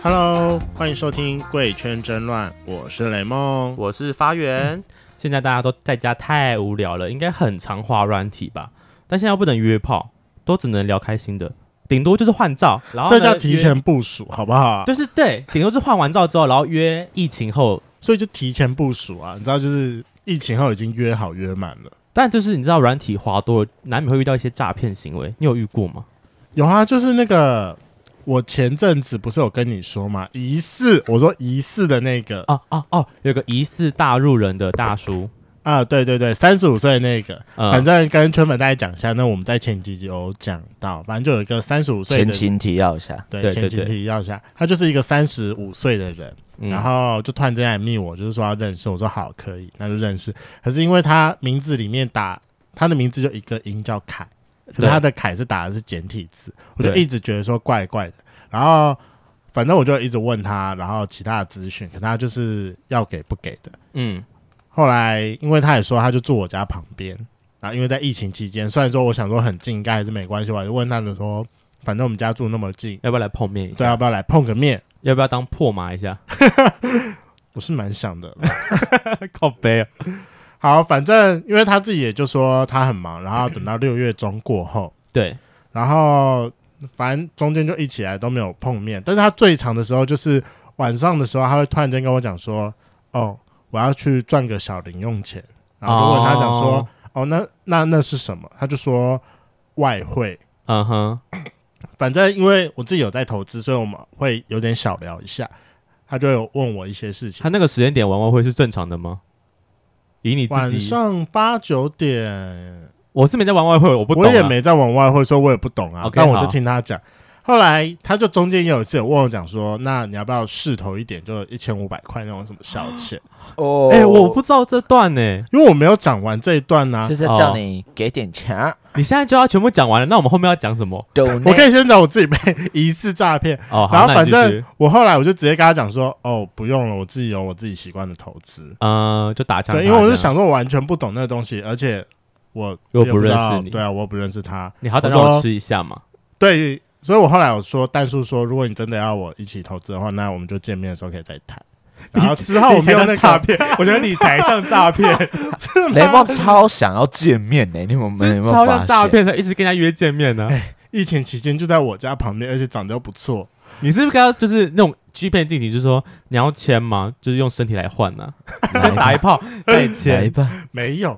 Hello， 欢迎收听《贵圈争乱》，我是雷梦， 我是发源。现在大家都在家太无聊了，应该很常滑软体吧？但现在又不能约炮，都只能聊开心的，顶多就是换照，然后这叫提前部署，好不好？ 就是对，顶多是换完照之后，然后约疫情后， 所以就提前部署啊，你知道，就是疫情后已经约好约满了。 但就是你知道，软体滑多了，难免会遇到一些诈骗行为，你有遇过吗？ 有啊，就是那个。我前阵子不是有跟你说吗？我说疑似的那个有个疑似大陆人的大叔啊，对对对，35岁的那个，反正跟圈粉大家讲一下，那我们在前几集有讲到，反正就有一个35岁的前情提要一下， 对，前情提要一下，他就是一个35岁的人，然后就突然之间来密我，就是说要认识，我说好可以，那就认识。可是因为他名字里面他的名字就一个音叫凯。可是他的凯是打的是简体字，我就一直觉得说怪怪的，然后反正我就一直问他，然后其他的资讯，可他就是要给不给的。后来因为他也说他就住我家旁边，然后因为在疫情期间，虽然说我想说很近，应该还是没关系，我还是问他的说，反正我们家住那么近， 要不要来碰面一下？ 对，要不要来碰个面？ 要不要当破麻一下？ 我是蛮想的， 靠北啊。 好，反正因为他自己也就说他很忙，然后等到6月中过后， 对， 然后反正中间就一起来都没有碰面，但是他最长的时候就是晚上的时候，他会突然间跟我讲说，哦，我要去赚个小零用钱，然后就问他讲说，那是什么？他就说外汇，反正因为我自己有在投资，所以我们会有点小聊一下，他就有问我一些事情。 他那个时间点玩外汇是正常的吗？以你自己晚上8、9点， 我是没在玩外汇，我不懂， 我也没在玩外汇，所以我也不懂啊。但我就听他讲，后来他就中间也有一次有问我讲说，那你要不要试投一点，就1500块那种什么小钱？ 我不知道这段呢， 因为我没有讲完这一段啊， 就是叫你给点钱。 你现在就要全部讲完了，那我们后面要讲什么？ 我可以先讲我自己被疑似诈骗，然后反正我后来我就直接跟他讲说，不用了，我自己有我自己习惯的投资， 就打枪。 对，因为我就想说我完全不懂那个东西，而且我又不认识你， 对啊，我又不认识他， 你好歹让我吃一下嘛。 对，所以我后来有说，但是说如果你真的要我一起投资的话，那我们就见面的时候可以再谈。然后之后我没有那个诈骗，我觉得理财像诈骗。 雷梦超想要见面呢，你有没有超像诈骗，才一直跟他约见面呢。 疫情期间就在我家旁边，而且长得又不错。 你是不是跟他就是那种欺骗进行，就是说你要签吗？就是用身体来换呢？先打一炮再签。 没有。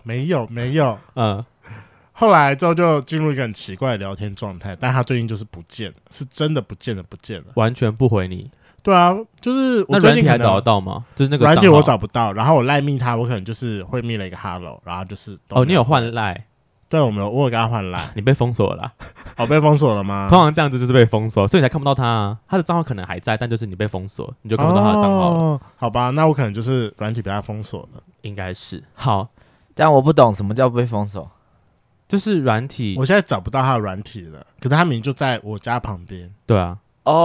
后来之后就进入一个很奇怪的聊天状态，但他最近就是不见了，是真的不见了， 完全不回你。 对啊，就是我最近还找得到吗？就是那个软体我找不到，然后我赖密他，我可能就是会密了一个 hello， 然后就是你有换赖？ 对，我有跟他换赖。 你被封锁了啦？ 被封锁了吗？ 通常这样子就是被封锁，所以你才看不到他啊。他的账号可能还在，但就是你被封锁，你就看不到他的账号了。 好吧，那我可能就是软体被他封锁了， 应该是。好， 但我不懂什么叫被封锁。 就是软体，我现在找不到他的软体了，可是他明明就在我家旁边。 对啊。 好，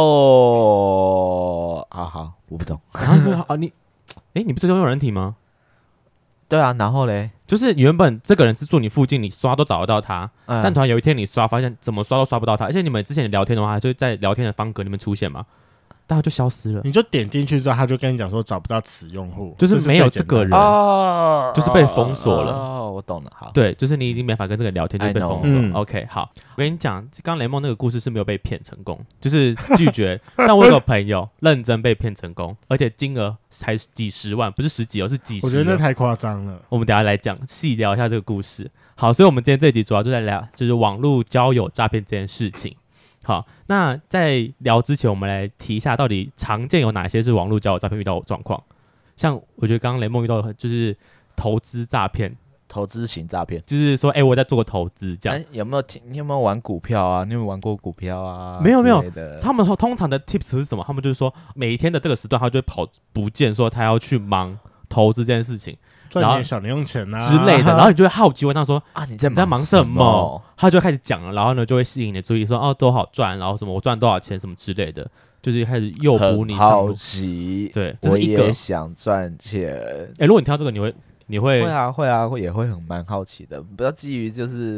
我不懂。 你不是用软体吗？ 对啊，然后嘞， 就是你原本这个人是住你附近，你刷都找得到他，但突然有一天你刷，发现怎么刷都刷不到他，而且你们之前聊天的话，还是在聊天的方格里面出现嘛，但他就消失了。 你就点进去之后，他就跟你讲说找不到此用户， 就是没有这个人，就是被封锁了。 我懂了，好， 对，就是你已经没法跟这个人聊天，就被封锁。OK， 好，我跟你讲，刚刚雷梦那个故事是没有被骗成功，就是拒绝。但我有个朋友认真被骗成功，而且金额才几十万，不是十几是几十。 我觉得那太夸张了。 我们等一下来讲细聊一下这个故事。好，所以我们今天这一集主要就在聊，就是网络交友诈骗这件事情。好，那在聊之前，我们来提一下到底常见有哪些是网络交友诈骗遇到的状况。像我觉得刚刚雷梦遇到的就是投资诈骗。 投资型诈骗就是说，我在做个投资这样。 你有没有玩股票啊？你有没有玩过股票啊？ 没有。他们通常的 tips 是什么？他们就是说，每一天的这个时段，他就会跑不见，说他要去忙投资这件事情， 赚点小零用钱啊之类的。然后你就会好奇问他说：“ 你在忙什么？”他就会开始讲了，然后呢就会吸引你的注意，说：“多好赚，然后什么我赚多少钱什么之类的。”就是开始诱捕你上路。 好奇， 对， 我也想赚钱。 如果你听到这个，你会会啊，也会蛮好奇的。不要基于就是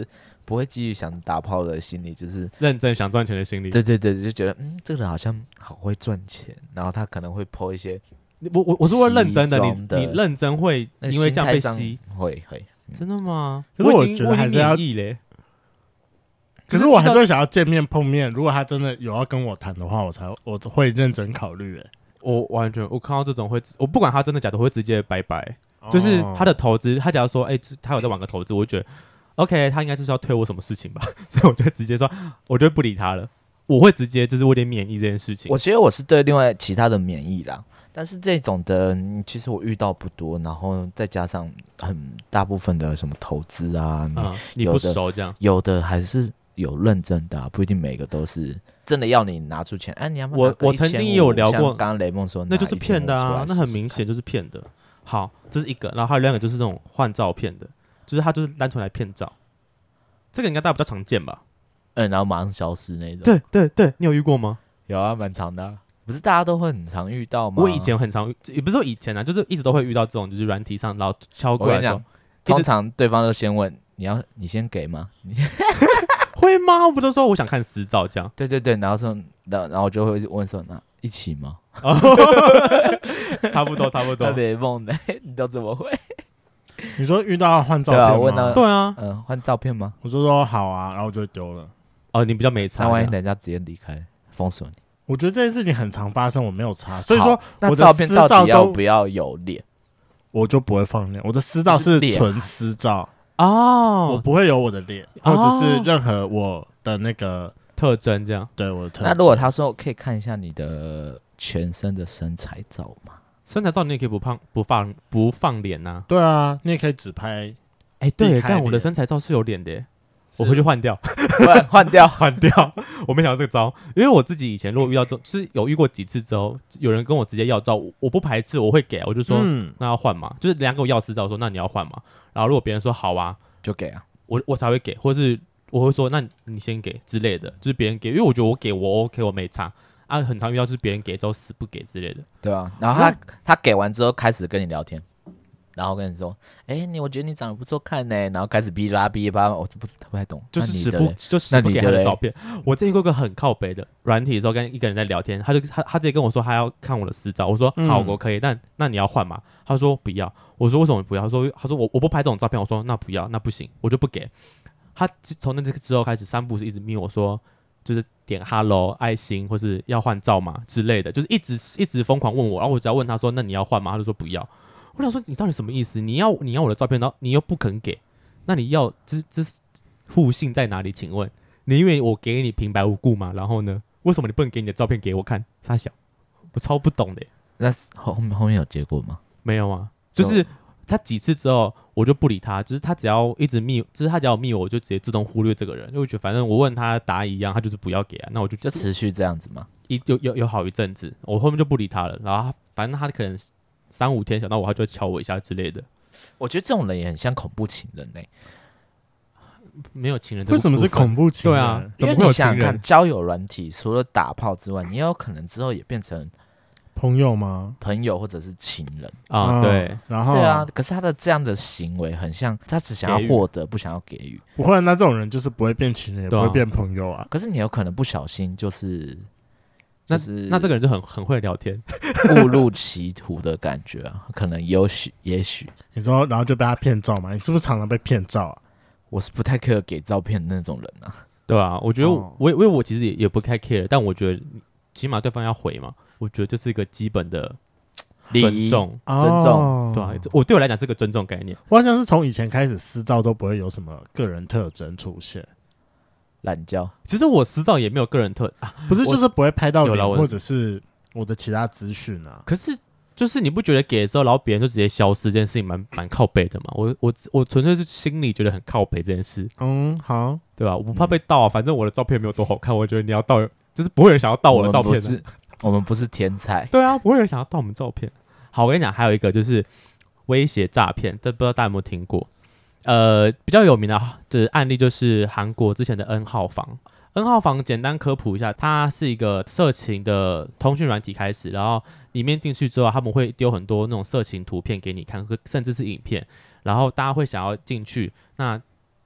不会基于想打炮的心理，就是认真想赚钱的心理。 对对对，就觉得这个人好像好会赚钱，然后他可能会 po 一些我是说认真的， 的你认真会因为这样被吸？ 会， 真的吗？ 可是我觉得还是要嘞。 可是我还是会想要见面碰面。如果他真的有要跟我谈的话，我会认真考虑。 我完全我看到这种我不管他真的假的，我会直接拜拜。就是他的投资，他假如说他有在玩个投资，我就觉得 OK， 他应该就是要推我什么事情吧，所以我就直接说，我就不理他了。我会直接就是我有点免疫这件事情。 我觉得我是对另外其他的免疫啦。但是这种的，其实我遇到不多，然后再加上很大部分的什么投资啊， 你不熟这样， 有的还是有认真的，不一定每个都是真的要你拿出钱。你要不要拿我曾经也有聊过， 刚刚雷梦说那就是骗的啊，那很明显就是骗的。好，这是一个，然后还有两个就是这种换照片的，就是他就是单纯来骗照，这个应该大家比较常见吧？ 然后马上消失那种。 对，你有遇过吗？ 有啊，蛮长的啊。不是大家都会很常遇到吗？ 我以前很常，也不是说以前啊，就是一直都会遇到这种，就是软体上然后敲过来的。 通常对方都先问你先给吗？ 会吗？我不都说我想看私照这样？ 对，然后我就会问说那一起吗？ 差不多。 雷梦的，你都怎么会？ 你说遇到换照片吗？ 对啊， 换照片吗？ 我就说好啊，然后我就丢了。 你比较没差。 那万一人家直接离开，封锁你？ 我觉得这件事情很常发生，我没有差，所以说我的照片到底要不要有脸， 我就不会放脸。我的私照是纯私照我不会有我的脸，或者是任何我的那个特征这样。 对，我的特征。 那如果他说可以看一下你的全身的身材照吗？ 身材照你也可以不放脸呐。 对啊，你也可以只拍。 对，但我的身材照是有脸的耶。我回去换掉， 换掉。 我没想到这个招，因为我自己以前如果遇到这种，就是有遇过几次之后，有人跟我直接要照，我不排斥，我会给，我就说，那要换嘛，就是人家跟我要私照，说那你要换嘛，然后如果别人说好啊， 就给啊， 我才会给，或是我会说那你先给之类的，就是别人给，因为我觉得我给我 OK， 我没差啊，很常遇到就是别人给之后死不给之类的， 对啊，然后他给完之后开始跟你聊天。然后跟你说，我觉得你长得不错看呢，然后开始哔啦，我就不太懂， 就是死不给他的照片。我之前有个很靠北的软体的时候，跟一个人在聊天，他直接跟我说他要看我的私照，我说好，我可以，但那你要换吗？他说不要，我说为什么不要？他说我不拍这种照片，我说那不要，那不行，我就不给。他从那之后开始3不是一直密我说，就是点 hello 爱心或是要换照嘛之类的，就是一直疯狂问我，然后我只要问他说那你要换吗？他就说不要。我想说你到底什么意思？你要我的照片，然后你又不肯给，那你要这互信在哪里？请问你以为我给你平白无故吗？然后呢，为什么你不能给你的照片给我看？傻小，我超不懂的。 那后面有结果吗？ 没有啊，就是他几次之后我就不理他，就是他只要一直密，就是他只要密我就直接自动忽略这个人，因为我觉得反正我问他答案一样，他就是不要给啊，那我就持续这样子嘛， 有好一阵子，我后面就不理他了，然后反正他可能3-5天想到我，他就会敲我一下之类的。 我觉得这种人也很像恐怖情人没有情人， 为什么是恐怖情人？ 对啊， 因为你想想看，交友软体除了打炮之外，你也有可能之后也变成朋友吗？ 朋友或者是情人啊？对， 然后对啊，可是他的这样的行为很像他只想要获得，不想要给予。 不会，那这种人就是不会变情人，也不会变朋友啊。 可是你有可能不小心就是那这个人就很会聊天， 误入歧途的感觉啊，可能也许你说，然后就被他骗照嘛？你是不是常常被骗照啊？ 我是不太 care 给照片的那种人啊， 对啊，我觉得我其实也不太 care， 但我觉得起码对方要回嘛，我觉得这是一个基本的尊重，对啊，对我来讲是个尊重概念。 我好像是从以前开始私照都不会有什么个人特征出现。 懒觉， 其实我私照也没有个人不是就是不会拍到脸或者是我的其他资讯啊。 可是就是你不觉得给了之后，然后别人就直接消失，这件事情蛮靠北的嘛？我纯粹是心里觉得很靠北这件事。 好， 对吧？我不怕被盗啊，反正我的照片没有多好看，我觉得你要盗，就是不会有人想要盗我的照片的。 我们不是天才， 对啊，不会有人想要盗我们照片。好，我跟你讲，还有一个就是威胁诈骗，这不知道大家有没有听过？比较有名的案例就是韩国之前的 N 号房。N 号房简单科普一下，它是一个色情的通讯软体开始，然后里面进去之后，他们会丢很多那种色情图片给你看，甚至是影片，然后大家会想要进去，那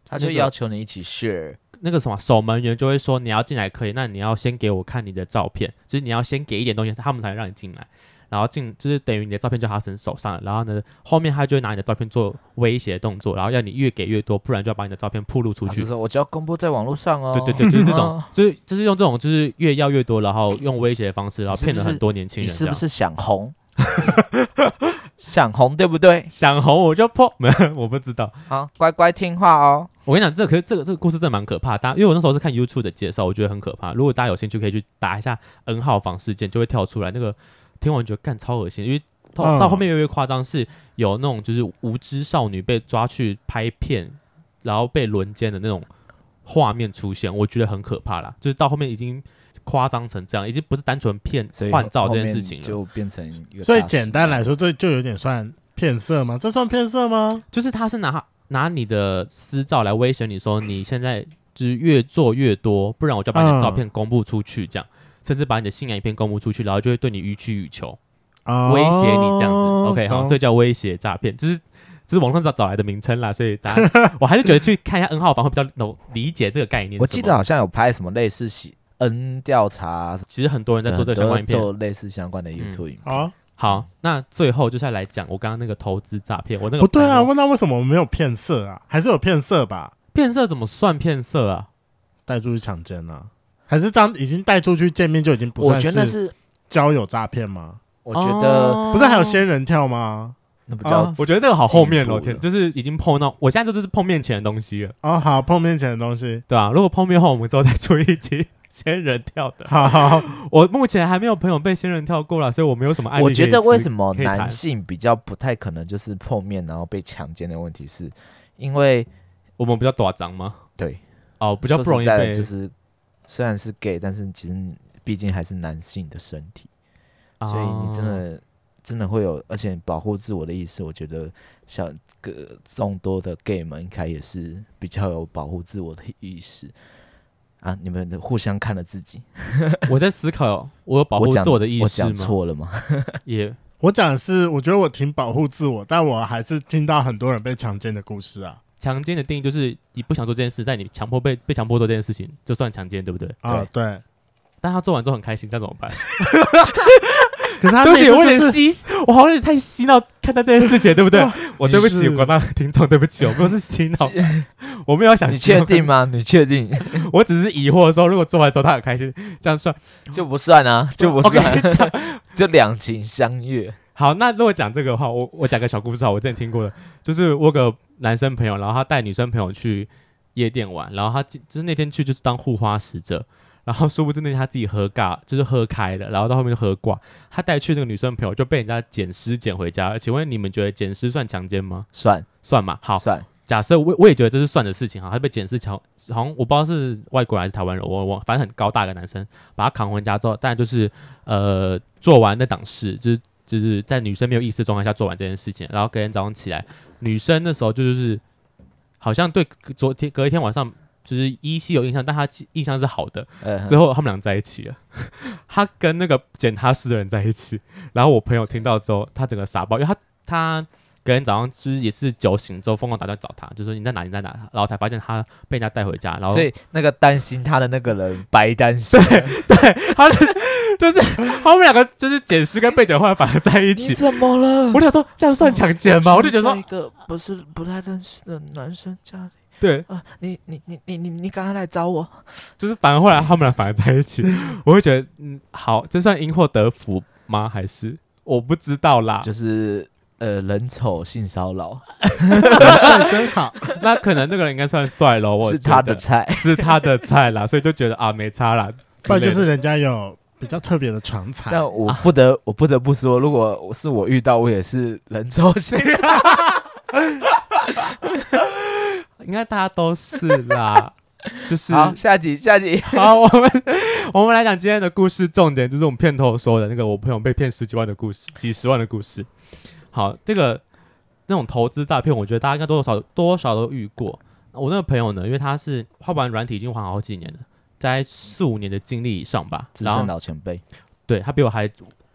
他就要求你一起 share。 那个什么守门员就会说你要进来可以，那你要先给我看你的照片，就是你要先给一点东西，他们才能让你进来。然后就是等于你的照片就他手上了，然后呢后面他就会拿你的照片做威胁动作，然后要你越给越多，不然就要把你的照片曝露出去。 就是说我就要公布在网络上哦。 对，就是这种，就是用这种就是越要越多，然后用威胁的方式，然后骗了很多年轻人。 你是不是想红？想红对不对？ 想红我就破，我不知道。 好，乖乖听话哦。 我跟你讲，这个故事真的蛮可怕的，因为我那时候是看 YouTube 的介绍，我觉得很可怕。如果大家有兴趣，可以去打一下 N 号房事件，就会跳出来。那个听完觉得干超恶心，因为到后面越来越夸张，是有那种就是无知少女被抓去拍片，然后被轮奸的那种画面出现，我觉得很可怕啦。就是到后面已经夸张成这样，已经不是单纯骗换照这件事情了， 就变成一个。 所以简单来说，这就有点算骗色吗？这算骗色吗？ 就是他是拿你的私照来威胁你说，你现在就是越做越多，不然我就把你的照片公布出去，这样，甚至把你的性爱影片公布出去，然后就会对你予取予求，威胁你这样子。OK， 好，所以叫威胁诈骗，就是网络上找来的名称啦。所以大家，我还是觉得去看一下 N 号房会比较能理解这个概念。 我记得好像有拍什么类似N 调查， 其实很多人在做这个相关影片， 做类似相关的 YouTube 影片。 好，那最后就是要来讲我刚刚那个投资诈骗。我那个不对啊，问他为什么我们没有骗色啊？还是有骗色吧？ 骗色怎么算骗色啊？ 带出去强奸啊？还是当已经带出去见面就已经不算是交友诈骗吗？ 我觉得不是还有仙人跳吗？ 那不叫我觉得这个好后面了，天，就是已经碰到，我现在就是碰面前的东西了。 哦，好，碰面前的东西， 对啊，如果碰面后，我们之后再出一集仙人跳的。 好， 我目前还没有朋友被仙人跳过啦，所以我没有什么案例。 我觉得为什么男性比较不太可能就是碰面然后被强奸的问题，是因为我们比较短张吗？ 对， 比较不容易被， 就是虽然是 gay， 但是其实毕竟还是男性的身体，所以你真的会有，而且保护自我的意识，我觉得像众多的 gay 们应该也是比较有保护自我的意识啊。你们互相看了自己， 我在思考，我有保护自我的意识吗？ 我讲错了吗？ 我讲的是，我觉得我挺保护自我，但我还是听到很多人被强奸的故事啊。 强奸的定义就是你不想做这件事，但你强迫被强迫做这件事情，就算强奸，对不对？ 啊，对。 但他做完之后很开心，那怎么办？ 可是他对不起，我有点我好像有点太嬉闹看待这件事情，对不对？我对不起广大听众，对不起，我不是嬉闹，我没有想。 你确定吗？你确定？ 我只是疑惑的时候，如果做完之后他很开心，这样算就不算啊，就不算，就两情相悦。 好，那如果讲这个的话，我讲个小故事。我之前听过的，就是我有个男生朋友，然后他带女生朋友去夜店玩，然后他就是那天去就是当护花使者。然后殊不知那天他自己喝尬，就是喝开了，然后到后面就喝挂。他带去那个女生朋友就被人家捡尸捡回家。请问你们觉得捡尸算强奸吗？算嘛。好， 算。 假设我也觉得这是算的事情哈。他被捡尸好像我不知道是外国人还是台湾人，我反正很高大的男生把他扛回家之后，当然就是做完那档事，就是在女生没有意识状态下做完这件事情，然后隔天早上起来，女生那时候就是好像对隔一天晚上。就是依稀有印象，但他印象是好的。之后他们俩在一起了，他跟那个捡他尸的人在一起。然后我朋友听到之后，他整个傻爆，因为他隔天早上就是也是酒醒之后疯狂打电话找他，就说你在哪，然后才发现他被人家带回家。然后所以那个担心他的那个人白担心， 对，他就是他们两个就是捡尸跟被捡后来反而在一起。 你怎么了？ 我就想说这样算强奸吗？我就觉得说一个不太认识的男生家里。 对啊，你刚刚来找我， 就是反而后来他们俩反而在一起，我会觉得好，这算因祸得福吗？还是我不知道啦。 就是人丑性骚扰， 人帅真好。 那可能那个人应该算帅咯， 是他的菜， 是他的菜啦，所以就觉得啊没差啦。 不然就是人家有比较特别的长才。 但我不得不说，如果是我遇到，我也是人丑性骚扰。 应该大家都是啦，就是好，下集。 好，我们来讲今天的故事重点，就是我们片头说的那个我朋友被骗10几万的故事，几十万的故事。好，这个那种投资诈骗，我觉得大家应该多少都遇过。我那个朋友呢，因为他玩软体已经玩好几年了，在4-5年的经历以上吧， 资深老前辈。 对，他比我还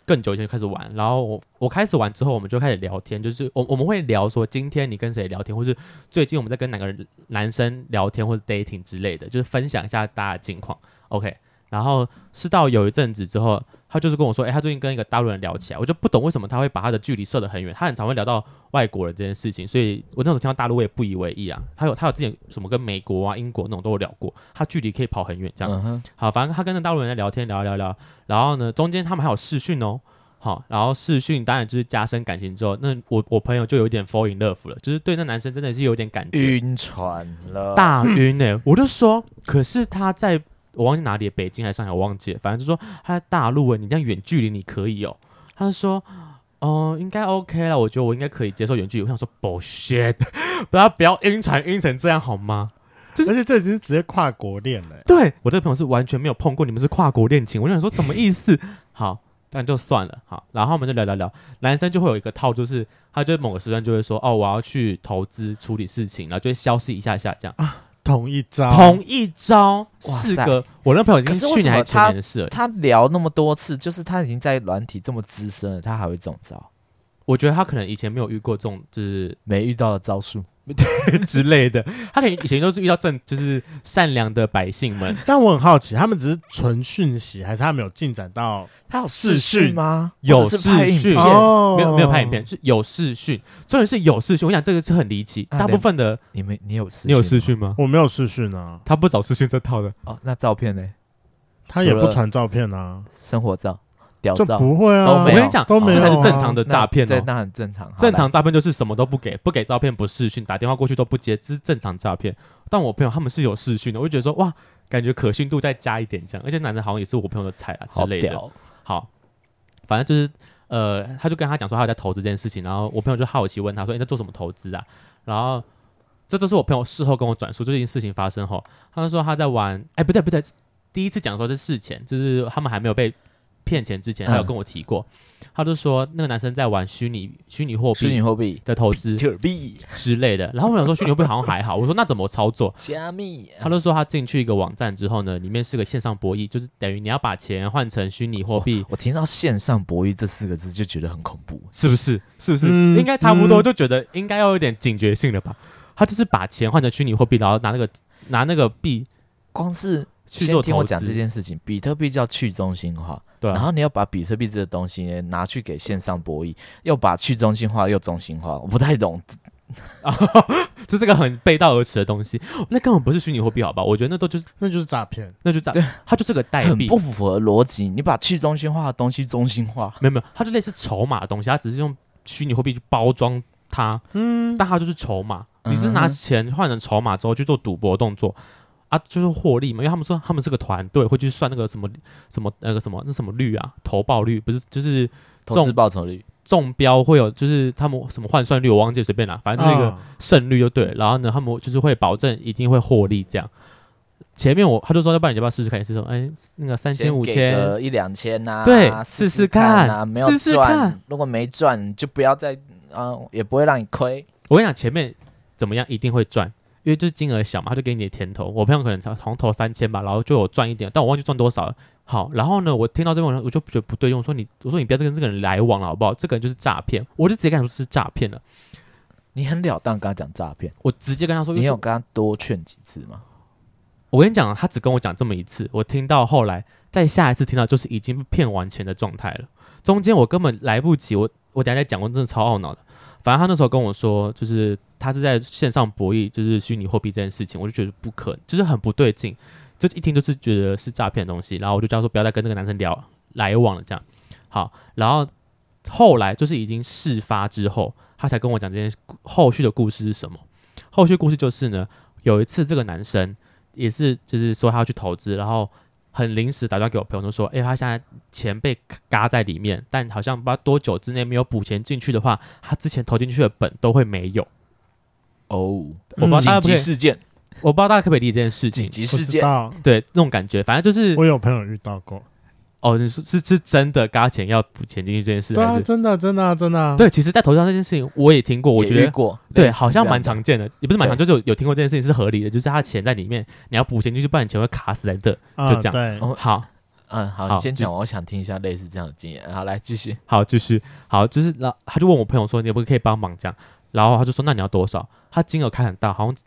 更久以前就开始玩，然后我开始玩之后，我们就开始聊天，就是我们会聊说今天你跟谁聊天，或是最近我们在跟哪个男生聊天或者 dating 之类的，就是分享一下大家的近况。OK， 然后是到有一阵子之后，他就是跟我说，他最近跟一个大陆人聊起来，我就不懂为什么他会把他的距离设得很远，他很常会聊到外国人这件事情，所以我那时候听到大陆我也不以为意啊。他有之前什么跟美国啊、英国那种都有聊过，他距离可以跑很远这样。好，反正他跟那大陆人在聊天聊，然后呢中间他们还有视讯哦。好，然后视讯当然就是加深感情之后，那我朋友就有点 fall in love 了，就是对那男生真的是有点感觉， 晕船了， 大晕我就说，可是他在我忘记哪里，北京还是上海，我忘记了，反正就说他在大陆你这样远距离你可以哦，他就说应该 OK 了，我觉得我应该可以接受远距离。我想说 bullshit， 不要晕船晕成这样好吗？ 而且这已经直接跨国恋了。 对，我这个朋友是完全没有碰过，你们是跨国恋情，我就想说什么意思？好。但就算了，好，然后我们就聊，男生就会有一个套，就是他就某个时段就会说，我要去投资处理事情，然后就会消失一下这样啊， 同一招， 是个我那朋友已经是去年还前年的事了。 他聊那么多次，就是他已经在软体这么资深了，他还会这种招？ 我觉得他可能以前没有遇过这种，就是没遇到的招数。 之类的，他可能以前都是遇到就是善良的百姓们。 但我很好奇，他们只是纯讯息，还是他们有进展到他有视讯吗？ 有视讯，没有拍影片，是有视讯，重点是有视讯。我想这个是很离奇，大部分的你有视讯， 你有视讯吗？ 我没有视讯啊， 他不找视讯这套的。 那照片呢？ 他也不传照片啊， 生活照。 就不会啊， 我跟你讲， 都没有， 这才是正常的诈骗哦。 那很正常。 正常诈骗就是什么都不给照片，不视讯，打电话过去都不接，这是正常诈骗。但我朋友他们是有视讯的，我就觉得说哇，感觉可信度再加一点这样，而且男生好像也是我朋友的菜啊之类的。好，反正就是他就跟他讲说他在投资这件事情，然后我朋友就好奇问他说：“你在做什么投资啊？”然后这都是我朋友事后跟我转述，这件事情发生后，他就说他在玩，不对，第一次讲说是事前，就是他们还没有被骗钱之前，他有跟我提过，他就说那个男生在玩虚拟货币的投资之类的。然后我想说虚拟货币好像还好，我说那怎么操作？ 加密。 他就说他进去一个网站之后呢，里面是个线上博弈，就是等于你要把钱换成虚拟货币。 我听到线上博弈这4个字就觉得很恐怖， 是不是？应该差不多，就觉得应该要有点警觉性了吧？他就是把钱换成虚拟货币，然后拿那个币， 光是。 去做投资。 先听我讲这件事情，比特币叫去中心化， 对然后你要把比特币这个东西呢拿去给线上博弈，又把去中心化又中心化，我不太懂。 这是个很背道而驰的东西，那根本不是虚拟货币，好吧？我觉得那就是诈骗， 它就是个代币， 很不符合逻辑。你把去中心化的东西中心化， 没有，它就类似筹码的东西，它只是用虚拟货币去包装它，但它就是筹码。你是拿钱换成筹码之后去做赌博动作。就是获利嘛，因为他们说他们是个团队，会去算那个什么率啊，投报率不是就是投资报酬率， 中标会有就是他们什么换算率我忘记，随便啦，反正就是一个胜率就对了。然后呢，他们就是会保证一定会获利这样。前面他就说，要不然你要不要试试看？是说，那个3000、5000、 1-2000呐， 对，试试看啊，没有赚，如果没赚就不要再也不会让你亏。 我跟你讲，前面怎么样一定会赚。因为就是金额小嘛，他就给你的甜头。我朋友可能好像投3000吧，然后就有赚一点，但我忘记赚多少了。好，然后呢，我听到这边我就觉得不对，我说你不要跟这个人来往了，好不好？这个人就是诈骗，我就直接跟他说是诈骗了。 你很了当跟他讲诈骗， 我直接跟他说， 你有跟他多劝几次吗？ 我跟你讲，他只跟我讲这么一次，我听到后来再下一次听到就是已经骗完钱的状态了，中间我根本来不及，我等一下再讲，我真的超懊恼的。反正他那时候跟我说，就是他是在线上博弈，就是虚拟货币这件事情，我就觉得不可能，就是很不对劲，就一听就是觉得是诈骗的东西。然后我就叫他说不要再跟那个男生来往了，这样好。然后后来就是已经事发之后，他才跟我讲这件后续的故事是什么。后续故事就是呢，有一次这个男生也是就是说他要去投资，然后很临时打电话给我朋友，就说他现在钱被嘎在里面，但好像不知道多久之内没有补钱进去的话，他之前投进去的本都会没有。 我不知道大家紧急事件， 我不知道大家可不可以理解这件事情。 紧急事件， 对，那种感觉，反正就是我有朋友遇到过。 你是真的嘎钱要补钱进去这件事？ 对啊，真的啊。 对，其实，在投资上这件事情我也听过，我觉得对，好像蛮常见的，也不是蛮常，就是有听过这件事情是合理的，就是他钱在里面，你要补钱进去，不然你钱会卡死在这，就这样。 对， 好， 好，先讲完，我想听一下类似这样的经验。好，来继续。 好，继续。好，就是他就问我朋友说，你可不可以帮忙这样？然后他就说，那你要多少？他金额开很大，好像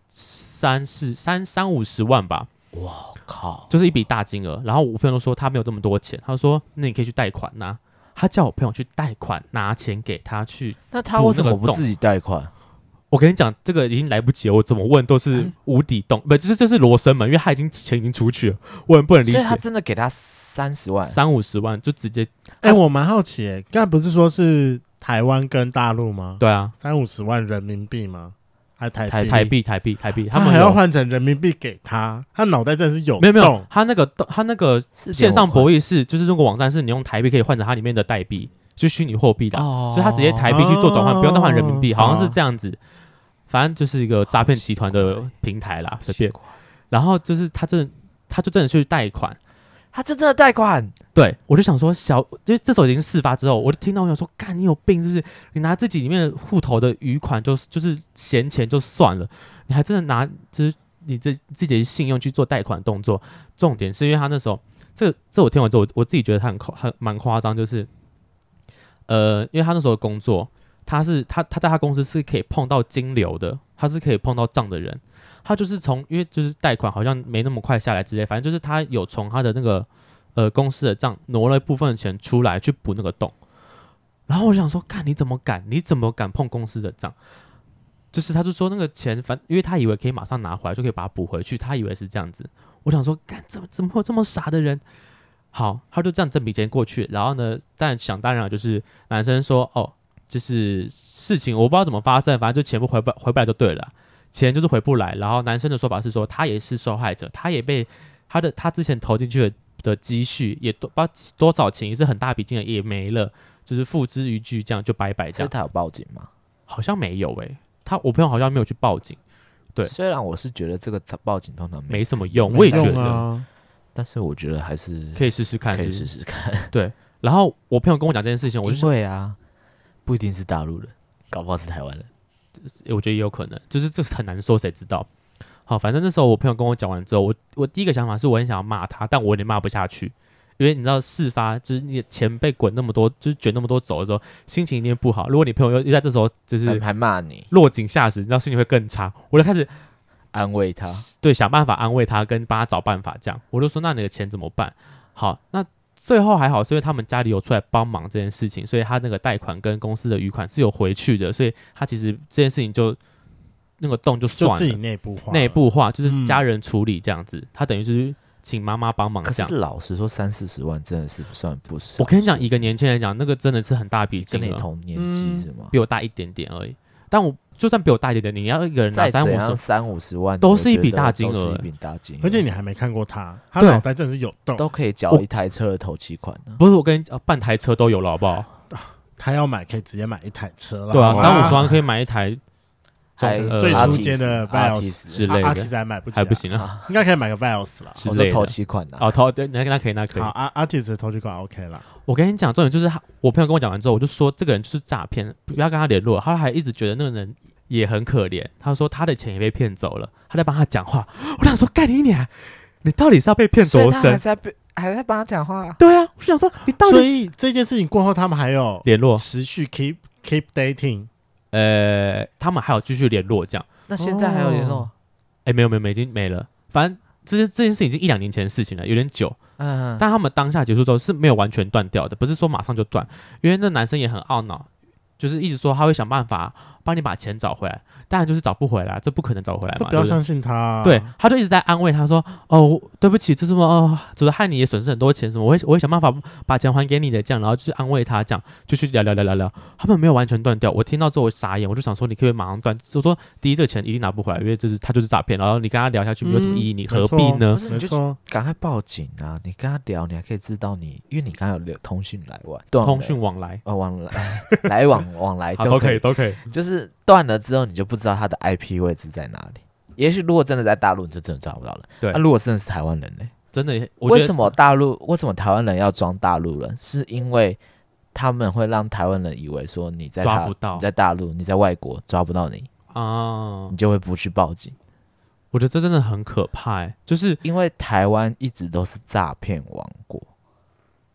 30-50万吧。 哇靠， 就是一笔大金额。然后我朋友说他没有这么多钱，他说那你可以去贷款拿。他叫我朋友去贷款拿钱给他去。 那他为什么不自己贷款？ 我跟你讲，这个已经来不及了。我怎么问都是无底洞，不，就是这是罗生门，因为他钱已经出去了，我很不能理解。 所以他真的给他30万、 30-50万就直接。 我蛮好奇，刚才不是说是台湾跟大陆吗？ 对啊 ，30-50万人民币吗？还台币，他还要换成人民币给他，他脑袋真的是有没有，他那个线上博弈是就是那个网站是你用台币可以换成它里面的代币，就是虚拟货币的，所以他直接台币去做转换，不用再换人民币，好像是这样子。反正就是一个诈骗集团的平台啦，随便。然后就是他就真的去贷款， 他就真的贷款。 对，我就想说就是这时候已经事发之后，我就听到我想说，干你有病是不是？你拿自己里面户头的余款就是闲钱就算了，你还真的拿就是你自己的信用去做贷款动作。重点是因为他那时候这我听完之后，我自己觉得他蛮夸张，就是因为他那时候的工作。他在他公司是可以碰到金流的，他是可以碰到账的人。他就是因为就是贷款好像没那么快下来之类，反正就是他有从他的那个公司的账挪了一部分的钱出来去补那个洞。然后我想说，看你怎么敢碰公司的账？就是他就说那个钱，因为他以为可以马上拿回来就可以把它补回去，他以为是这样子。我想说，干怎么会有这么傻的人？好，他就这样这笔钱过去，然后呢，但想当然就是男生说就是事情我不知道怎么发生，反正就钱不回不来就对了，钱就是回不来。然后男生的说法是说，他也是受害者，他也被他之前投进去的积蓄也不知道多少钱，也是很大笔金额也没了，就是付之一炬，这样就拜拜这样。 所以他有报警吗？ 好像没有我朋友好像没有去报警。对， 虽然我是觉得这个报警通常没什么用，我也觉得， 但是我觉得还是可以试试看， 可以试试看。 对，然后我朋友跟我讲这件事情，我就因为不一定是大陆人，搞不好是台湾人， 我觉得也有可能，就是这很难说，谁知道？好，反正那时候我朋友跟我讲完之后，我第一个想法是我很想要骂他，但我有点骂不下去，因为你知道事发就是你的钱被滚那么多，就是卷那么多走的时候，心情一定不好。如果你朋友又在这时候就是还骂你， 落井下石，你知道心情会更差。我就开始安慰他， 对，想办法安慰他，跟帮他找办法这样。我就说那你的钱怎么办？好，那最后还好，是因为他们家里有出来帮忙这件事情，所以他那个贷款跟公司的余款是有回去的，所以他其实这件事情就那个洞就算了， 就自己内部化，就是家人处理这样子。他等于就是请妈妈帮忙这样。 可是老实说，30-40万真的是算不少。 我跟你讲，一个年轻人来讲，那个真的是很大笔金额。 跟你同年纪是吗？ 比我大一点点而已。但我就算比我大一点点，你要一个人拿 30-50万， 都是一笔大金额， 而且你还没看过他脑袋真的是有洞， 都可以缴一台车的头期款呢。 不是我跟你讲，半台车都有了，好不好？ 他要买可以直接买一台车了。 对啊，30-50万可以买一台。 最初阶的 Vios 之类的， 阿提斯还买不起， 还不行啊， 应该可以买个 Vios 啦。 我说头期款啊，对，那可以。 好，阿提斯头期款 OK 啦。 我跟你讲，重点就是我朋友跟我讲完之后，我就说这个人就是诈骗，不要跟他联络。他还一直觉得那个人也很可怜，他说他的钱也被骗走了，他在帮他讲话。我想说，干你娘！你到底是要被骗多深？ 还在帮他讲话？ 对啊，我想说你到底。 所以这件事情过后，他们还有联络， 持续 keep dating。 他们还有继续联络这样。 那现在还有联络？ 没有，已经没了。反正这件事情已经1-2年前的事情了，有点久。但他们当下结束之后是没有完全断掉的，不是说马上就断，因为那男生也很懊恼，就是一直说他会想办法帮你把钱找回来，当然就是找不回来，这不可能找回来嘛。 不要相信他。 对，他就一直在安慰他说：“哦，对不起，这什么就是害你也损失很多钱什么，我会想办法把钱还给你的。”这样，然后就是安慰他，这样就去聊。他们没有完全断掉。我听到之后我傻眼，我就想说，你可以马上断。我说第一，这个钱一定拿不回来，因为他就是诈骗。然后你跟他聊下去没有什么意义，你何必呢？ 不是，你就赶快报警啊！你跟他聊，你还可以知道因为你刚刚有通讯来往， 通讯往来， 来往来都可以。就是断了之后，你就不知道他的 IP 位置在哪里。也许如果真的在大陆，你就真的找不到了。 对， 如果真的是台湾人呢？ 真的， 为什么台湾人要装大陆人？是因为他们会让台湾人以为说你在抓不到， 你在大陆，你在外国抓不到你你就会不去报警。 我觉得这真的很可怕就是因为台湾一直都是诈骗王国。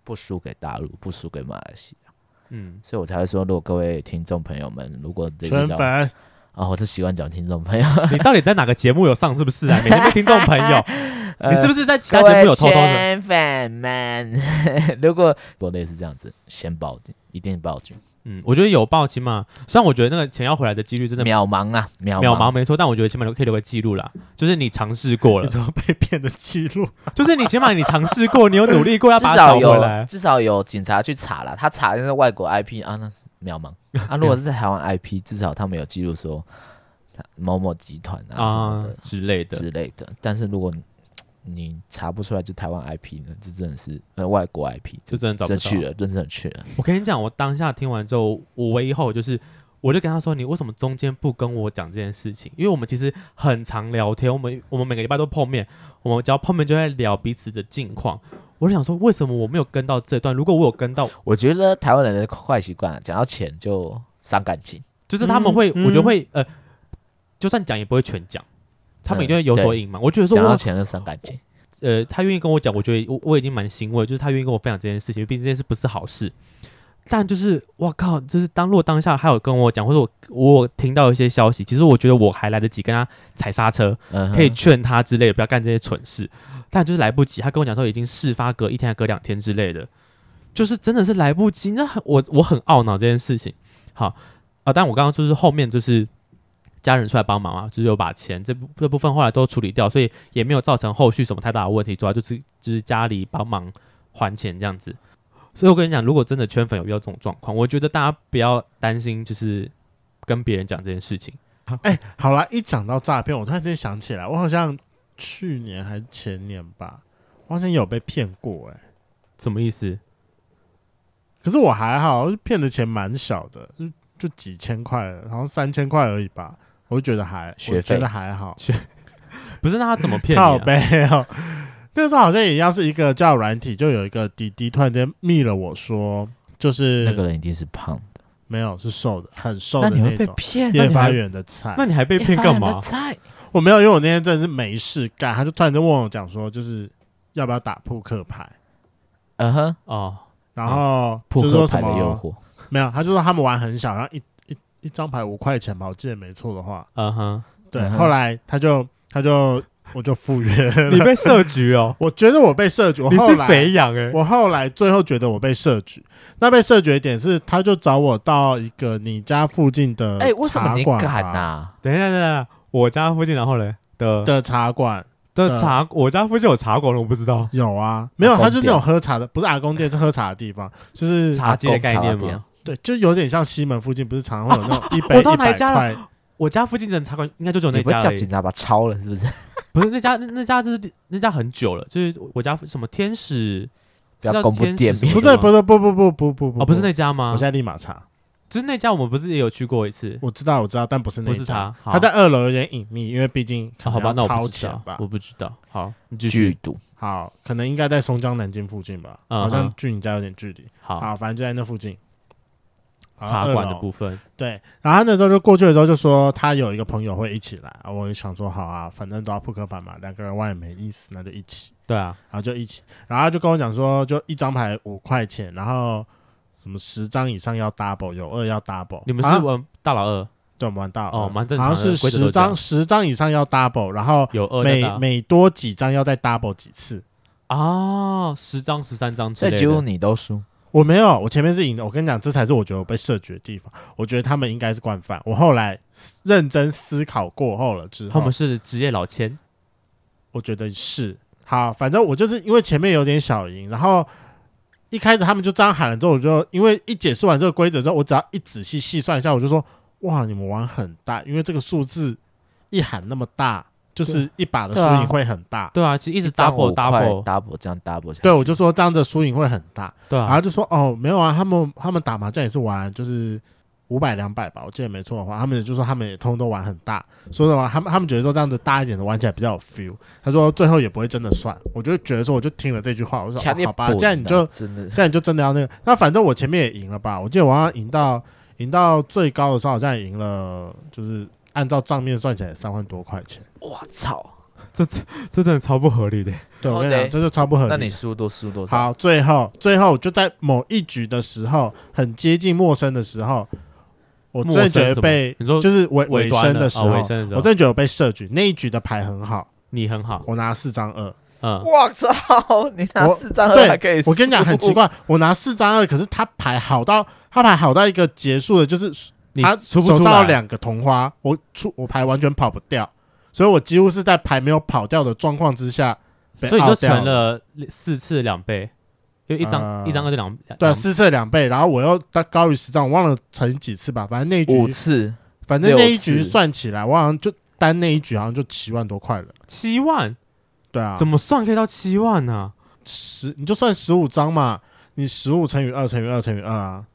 不输给大陆，不输给马来西亚。所以我才会说，如果各位听众朋友们，如果圈粉我是习惯讲听众朋友， 你到底在哪个节目有上是不是啊？每天被听众朋友，你是不是在其他节目有偷偷的？ 圈粉们，如果类似这样子，先报警，一定报警。 我觉得有报警嘛，虽然我觉得那个钱要回来的几率真的渺茫啊，渺茫没错，但我觉得起码可以留个记录啦，就是你尝试过了， 你怎么被骗的记录？ 就是你起码你尝试过，你有努力过要把它找回来， 至少有警察去查了，他查的是外国 IP 啊，那是渺茫啊。如果是在台湾 IP， 至少他们有记录说某某集团啊什么的之类的。但是如果你查不出来就台湾 IP 呢，这真的是外国 IP， 就真的找不到， 真的去了。 我跟你讲，我当下听完之后，我唯一后就是我就跟他说，你为什么中间不跟我讲这件事情？因为我们其实很常聊天，我们每个礼拜都碰面，我们只要碰面就会聊彼此的近况。我就想说，为什么我没有跟到这段？如果我有跟到， 我觉得台湾人的坏习惯，讲到钱就伤感情， 就是他们会，我觉得会就算讲也不会全讲。他们一定会有所隐瞒，我觉得说讲到钱就伤感情。 他愿意跟我讲，我觉得我已经蛮欣慰，就是他愿意跟我分享这件事情，毕竟这件事不是好事。但就是我靠，就是如果当下还有跟我讲，或者我听到一些消息，其实我觉得我还来得及跟他踩刹车，可以劝他之类的，不要干这些蠢事。但就是来不及，他跟我讲说已经事发隔1天还隔2天之类的，就是真的是来不及。那我很懊恼这件事情。好但我刚刚就是后面就是家人出来帮忙啊，就是有把钱这部分后来都处理掉，所以也没有造成后续什么太大的问题，主要就是家里帮忙还钱这样子。所以我跟你讲，如果真的圈粉有遇到这种状况，我觉得大家不要担心，就是跟别人讲这件事情。 好啦，一讲到诈骗，我突然间想起来，我好像去年还是前年吧，我好像有被骗过什么意思？ 可是我还好，骗的钱蛮小的，就几千块，好像3000块而已吧。我就觉得我觉得还好。 不是，那他怎么骗你靠背哦，那时候好像也一样，是一个交友软体，就有一个弟弟突然间密了我说，就是那个人一定是胖的， 没有，是瘦的，很瘦的那种。 那你会被骗？ 叶发源的菜？ 那你还被骗干嘛？ 我没有，因为我那天真的是没事干，他就突然间问我讲说，就是要不要打扑克牌？然后就说什么扑克牌的诱惑？ 没有，他就说他们玩很小，然后一张牌5块钱吧，我记得没错的话。对，后来我就赴约了。 你被设局哦？ 我觉得我被设局， 你是肥羊我后来最后觉得我被设局。那被设局的点是，他就找我到一个你家附近的茶馆。 为什么你敢啊？ 等一下，我家附近然后嘞的茶馆我家附近有茶馆了，我不知道。 有啊，没有，他就是那种喝茶的，不是阿公店，是喝茶的地方，就是茶街的概念吗？ 对，就有点像西门附近，不是常常会有那种1杯100块。 我家附近的茶馆应该就只有那家而已。 你不会叫警察把它抄了是不是？ 不是那家很久了，就是我家什么天使， 不要公布店名。 不对，不不是那家吗？ 我现在立马查。 就是那家我们不是也有去过一次？ 我知道，但不是那家。 不是他， 他在2楼有点隐秘，因为毕竟好吧，那我掏钱吧， 我不知道。好，你继续读。 好，可能应该在松江南京附近吧，好像距你家有点距离。好，反正就在那附近。 茶馆的部分， 对，然后他那时候就过去的时候就说他有一个朋友会一起来，我就想说好啊，反正都要扑克牌嘛，2个人玩也没意思，那就一起。 对啊， 然后就一起，然后他就跟我讲说，就一张牌5块钱，然后什么10张以上要 double， 有2要 double。 你们是玩大老2？ 对，我们玩大老 2，蛮正常的。 好像是10张以上要 double， 然后有2 每多几张要再 double 几次 10张13张之类的。 所以几乎你都输。 我没有，我前面是赢的。我跟你讲，这才是我觉得我被设局的地方。我觉得他们应该是惯犯。我后来认真思考过后了之后， 他们是职业老千， 我觉得是。好，反正我就是因为前面有点小赢，然后一开始他们就这样喊了之后，我就因为一解释完这个规则之后，我只要一仔细细算一下，我就说哇，你们玩很大，因为这个数字一喊那么大。就是一把的输赢会很大， 对啊，其实一直 double 这样 double 下去， 对，我就说这样的输赢会很大， 对啊， 然后就说没有啊，他们打麻将也是玩就是500、200吧，我记得没错的话，他们就说他们也通通都玩很大，说的话他们觉得说这样子大一点的玩起来比较有 feel， 他说最后也不会真的算，我就觉得说我就听了这句话，我说好吧，这样你就真的要那个，那反正我前面也赢了吧，我记得我好像赢到最高的时候好像也赢了，就是按照账面算起来3万多块钱， 我操！ 这真的超不合理的。 对，我跟你讲，这就超不合理。 那你输多少？ 好，最后就在某一局的时候，很接近陌生的时候，我真的觉得被你说就是尾声的时候， 尾声的时候我真的觉得我被设局。那一局的牌很好， 你很好， 我拿4张2。 我操！你拿4张2还可以输？ 我跟你讲很奇怪，我拿4张2，可是他牌好到一个结束的，就是他手上有2个同花，我牌完全跑不掉，所以我几乎是在牌没有跑掉的状况之下被所以你就成了4次2倍，因为一张2就2， 对，4次2倍，然后我又高于10张，我忘了乘几次吧，反正那一局 5次， 反正那一局算起来，我好像就单那一局好像就7万多块了。 7万？对啊， 怎么算可以到7万呢？ 你就算15张嘛，你15乘以2乘以2乘以2啊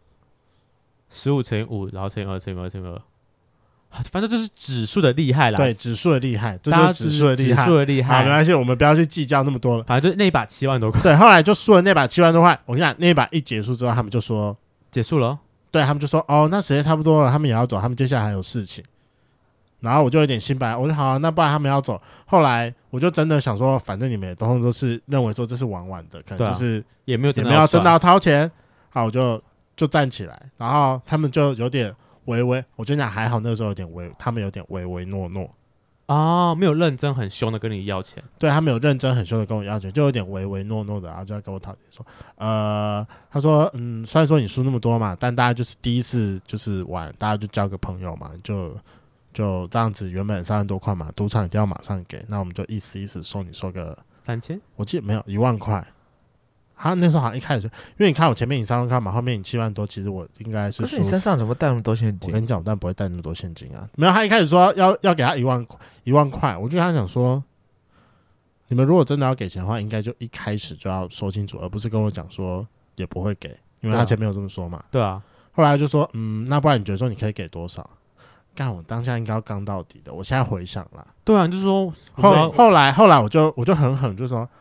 ，15乘以5，然后乘以2乘以2乘以2，反正就是指数的厉害啦。 对，指数的厉害，这就是指数的厉害。好，没关系，我们不要去计较那么多了。 反正就那一把7万多块。 对，后来就输了那把7万多块。我跟你讲，那一把一结束之后，他们就说结束了。 对，他们就说哦，那时间差不多了，他们也要走，他们接下来还有事情。然后我就有点心白，我说好那不然他们要走。后来我就真的想说，反正你们也都是认为说这是玩玩的，可能就是也没有真的要掏钱。好，我就站起来，然后他们就有点唯，我跟你讲还好，那个时候他们有点唯诺哦，没有认真很凶的跟你要钱。 对，他们有认真很凶的跟我要钱，就有点唯诺的，然后就要跟我讨钱说，他说虽然说你输那么多嘛，但大家就是第一次就是玩，大家就交个朋友嘛，就这样子，原本3万多块嘛，赌场一定要马上给，那我们就意思收个 3000， 我记得没有1万块。他那时候好像一开始，因为你看我前面你3万块嘛，后面你7万多，其实我应该是。 可是你身上怎么带那么多现金？ 我跟你讲，我当然不会带那么多现金啊。没有，他一开始说要给他1万块，我就跟他讲说，你们如果真的要给钱的话，应该就一开始就要说清楚，而不是跟我讲说也不会给，因为他前面有这么说嘛。 对啊。 后来就说，那不然你觉得说你可以给多少？干，我当下应该要刚到底的。我现在回想啦， 对啊，就是说后来我就很狠，就说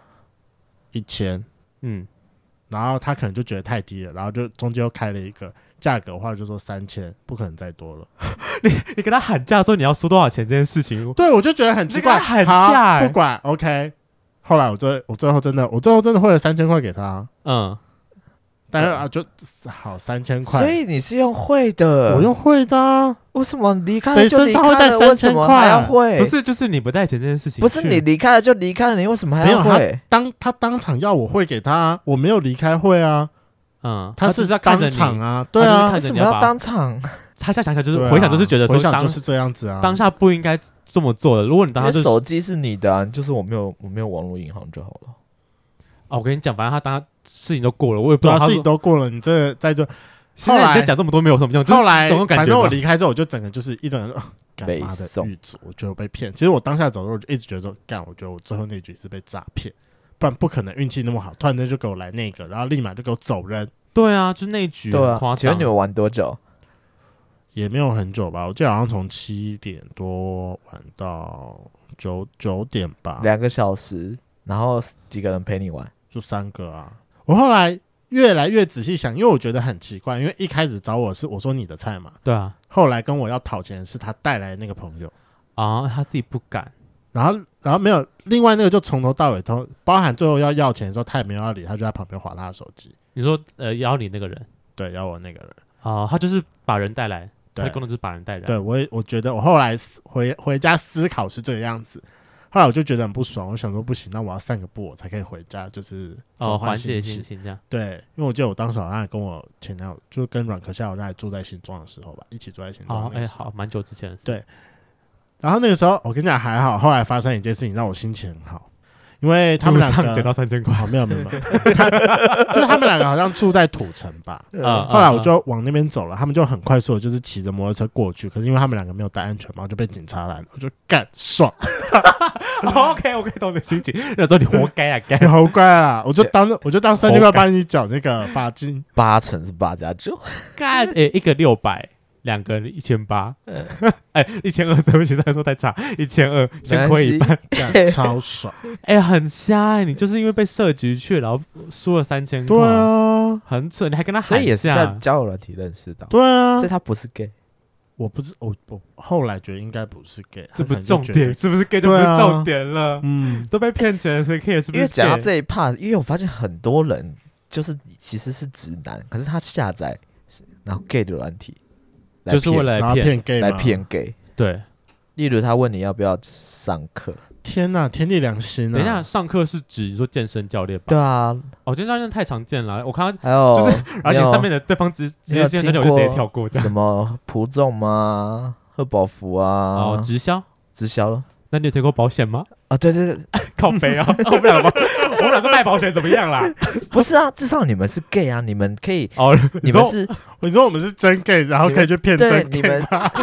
1000，然后他可能就觉得太低了，然后就中间又开了一个价格的话，就说3000，不可能再多了。 你跟他喊价说你要输多少钱这件事情， 对，我就觉得很奇怪， 喊价不管 OK。后来我最后真的汇了3000块给他，但是就好3000块， 所以你是用汇的？ 我用汇的啊。 为什么离开了就离开了？ 谁身上会带3000块？ 还要汇？ 不是，就是你不带钱这件事情。 不是你离开了就离开了，你为什么还要汇？ 他当场要我汇给他啊，我没有离开汇啊。他是当场啊，对啊， 为什么要当场？ 他现在想想就是回想，就是觉得说回想就是这样子啊， 当下不应该这么做的。如果你当下手机是你的，就是我没有网络银行就好了。 我跟你讲，反正他当事情都过了，我也不知道事情都过了，你这在这。 后来你讲这么多没有什么用。 后来反正我离开之后，我就整个就是一整个干妈的狱卒，我觉得我被骗。其实我当下走的时候，我就一直觉得说，我觉得我最后那局是被诈骗，不然不可能运气那么好，突然间就给我来那个，然后立马就给我走人。 对啊，就是那一局很夸张。 请问你们玩多久？ 也没有很久吧，我记得好像从7点多玩到9点吧 ，2个小时。然后几个人陪你玩？ 就3个啊。我后来越来越仔细想，因为我觉得很奇怪，因为一开始找我是我说你的菜嘛， 对啊。 后来跟我要讨钱是他带来的那个朋友啊，他自己不敢。 然后没有，另外那个就从头到尾都包含最后要钱的时候，他也没有要理，他就在旁边滑他的手机。 你说邀你那个人？ 对，邀我那个人他就是把人带来，他的功能就是把人带来。 对，我觉得我后来回家思考是这个样子。后来我就觉得很不爽，我想说不行，那我要散个步我才可以回家，就是缓解心情这样。 对，因为我记得我当时好像跟我前男友，就是跟阮可夏我在住在新庄的时候吧，一起住在新庄。 好，蛮久之前的事。 对，然后那个时候我跟你讲还好，后来发生一件事情让我心情很好，因为他们两个捡到3000块， 没有，因为他们两个好像住在土城吧。后来我就往那边走了，他们就很快速的就是骑着摩托车过去，可是因为他们两个没有戴安全帽，就被警察来了，我就干爽。 OK， 我可以懂你的心情。那时候你活该啊， 你好乖啊！我就当3000块帮你缴那个罚金 ，8成是8+9， 干一个600，两个人1800，1200，对不起，再说太差，1200先亏一半， 超爽， 很瞎你就是因为被设局去，然后输了3000块， 对啊， 很扯，你还跟他喊价， 所以也是在交友软体认识的， 对啊， 所以他不是 gay， 我不知我后来觉得应该不是 gay， 这不重点，是不是 gay 就不是重点了？都被骗钱了，所以 gay 是不是 gay？ 因为讲到这一 part， 因为我发现很多人就是其实是直男，可是他下载然后 gay 的软体， 就是为了骗 gay 来骗 gay。 对， 例如他问你要不要上课。 天哪，天地良心啊！ 等一下，上课是指说健身教练吧？ 对啊， 健身教练太常见了。我看到还有就是，而且上面的对方直接健身教练我就直接跳过。 什么普众吗？贺宝福啊？ 直销了。 那你有听过保险吗？ 啊，对对对， 靠北啊！我们两个卖保险怎么样啦？ 不是啊，至少你们是 gay 啊，你们可以你们是， 你说我们是真 gay， 然后可以去骗真 gay 你们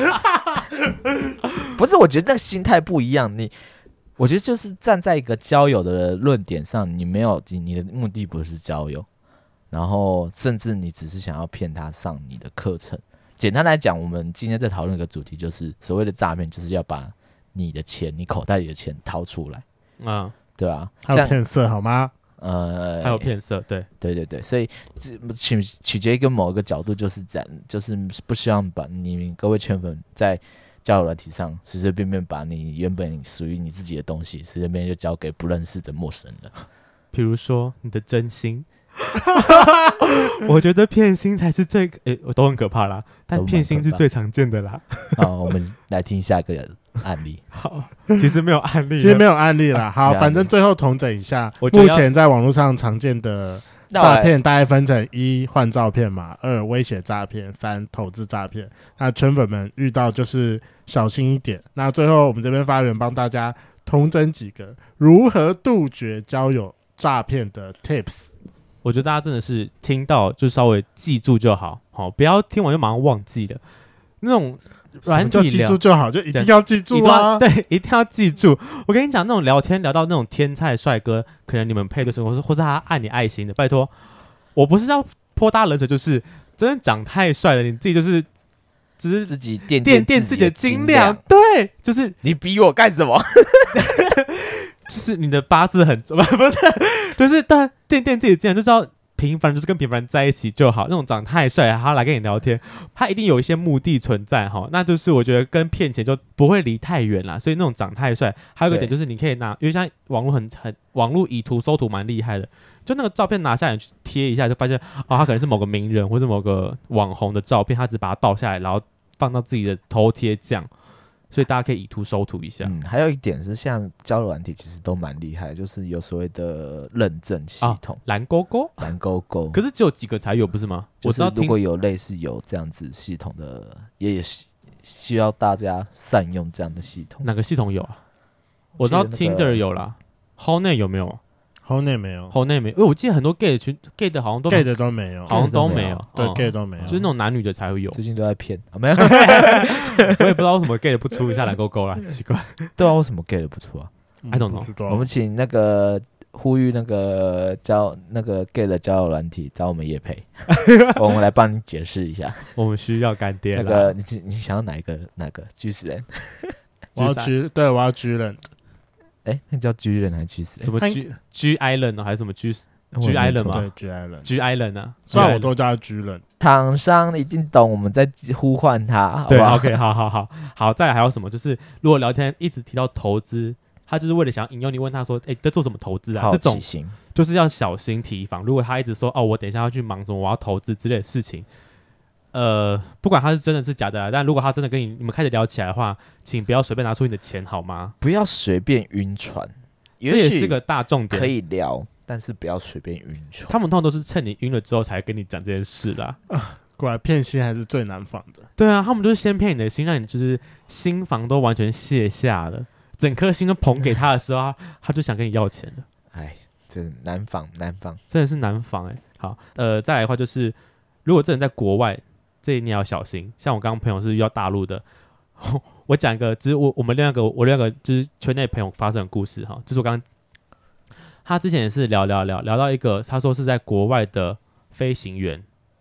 不是，我觉得那个心态不一样。我觉得就是站在一个交友的论点上，你的目的不是交友，然后甚至你只是想要骗他上你的课程。简单来讲，我们今天在讨论一个主题，就是所谓的诈骗，就是要把你的钱，你口袋里的钱掏出来，对啊， 还有骗色好吗？ 还有骗色，对， 所以取决于跟某一个角度，就是不希望把你们各位圈粉在交友软体上随随便便把你原本属于你自己的东西随随便便就交给不认识的陌生人， 比如说你的真心。我觉得骗心才是最都很可怕啦，但骗心是最常见的啦。 好，我们来听下一个案例。 好，其实没有案例， 其实没有案例啦。好，反正最后统整一下，目前在网络上常见的诈骗大概分成1换照片嘛，2威胁诈骗，3投资诈骗。那圈粉们遇到就是小心一点。那最后我们这边发言帮大家统整几个如何杜绝交友诈骗的 tips。 我觉得大家真的是听到就稍微记住就好，不要听完就马上忘记了。那种软体聊， 记住就好，就一定要记住啊！ 对，一定要记住。我跟你讲，那种聊天聊到那种天菜帅哥，可能你们配对生活，或是他按你爱心的，拜托，我不是要泼大冷水，就是真的长太帅了，你自己就是只是自己垫自己的斤两，对，就是你逼我干什么？ 就是你的八字很重，不是，就是但垫自己的斤两，就知道平凡就是跟平凡人在一起就好。那种长太帅，他来跟你聊天，他一定有一些目的存在哈。那就是我觉得跟骗钱就不会离太远啦。所以那种长太帅，还有一个点就是你可以拿，因为像网络网络以图搜图蛮厉害的，就那个照片拿下来去贴一下，就发现他可能是某个名人或是某个网红的照片，他只把它盗下来，然后放到自己的头贴这样。所以大家可以以图搜图一下。 还有一点是，像交友软体其实都蛮厉害，就是有所谓的认证系统， 蓝勾勾，可是只有几个才有，不是吗？ 我知道，如果有类似有这样子系统的，也需要大家善用这样的系统。 哪个系统有啊？我知道 Tinder 有啦 ，Hornet 有没有 ？Hornet 没有， 因为我记得很多 gay 的群 ，gay 的好像都 gay 的都没有， 好像都没有， 对 gay 都没有， 就是那种男女的才会有。 最近都在骗没有， 我也不知道为什么 gay 的不出一下蓝勾勾啦，奇怪。 对啊，为什么 gay 的不出啊 ？I don't know。 我们请那个呼吁那个gay 的交友软体找我们业配，我们来帮你解释一下。 我们需要干爹。 你想要哪个居死人？ 我要居人。 那叫居人还是居死人？ 什么居 Island 还是什么居 Island 吗？ 对， 居 Island 啊， 虽然我都叫居人。 厂商一定懂我们在呼唤他， 对 ，OK， 好，再来还有什么？就是如果聊天一直提到投资，他就是为了想要引诱你问他说，在做什么投资啊？这种就是要小心提防。如果他一直说我等一下要去忙什么，我要投资之类的事情。不管他是真的是假的，但如果他真的跟你们开始聊起来的话，请不要随便拿出你的钱好吗？ 不要随便晕船， 这也是个大重点。 可以聊，但是不要随便晕船。 他们通常都是趁你晕了之后才跟你讲这件事啦。 果然骗心还是最难防的。 对啊，他们就是先骗你的心，让你就是心防都完全卸下了，整颗心都捧给他的时候，他就想跟你要钱了。 这难防， 真的是难防好，再来的话就是，如果这人在国外。这你要小心，像我刚刚朋友是遇到大陆的，我讲一个，就是我另外一个就是圈内朋友发生的故事哈，就是我刚他之前也是聊到一个，他说是在国外的飞行员，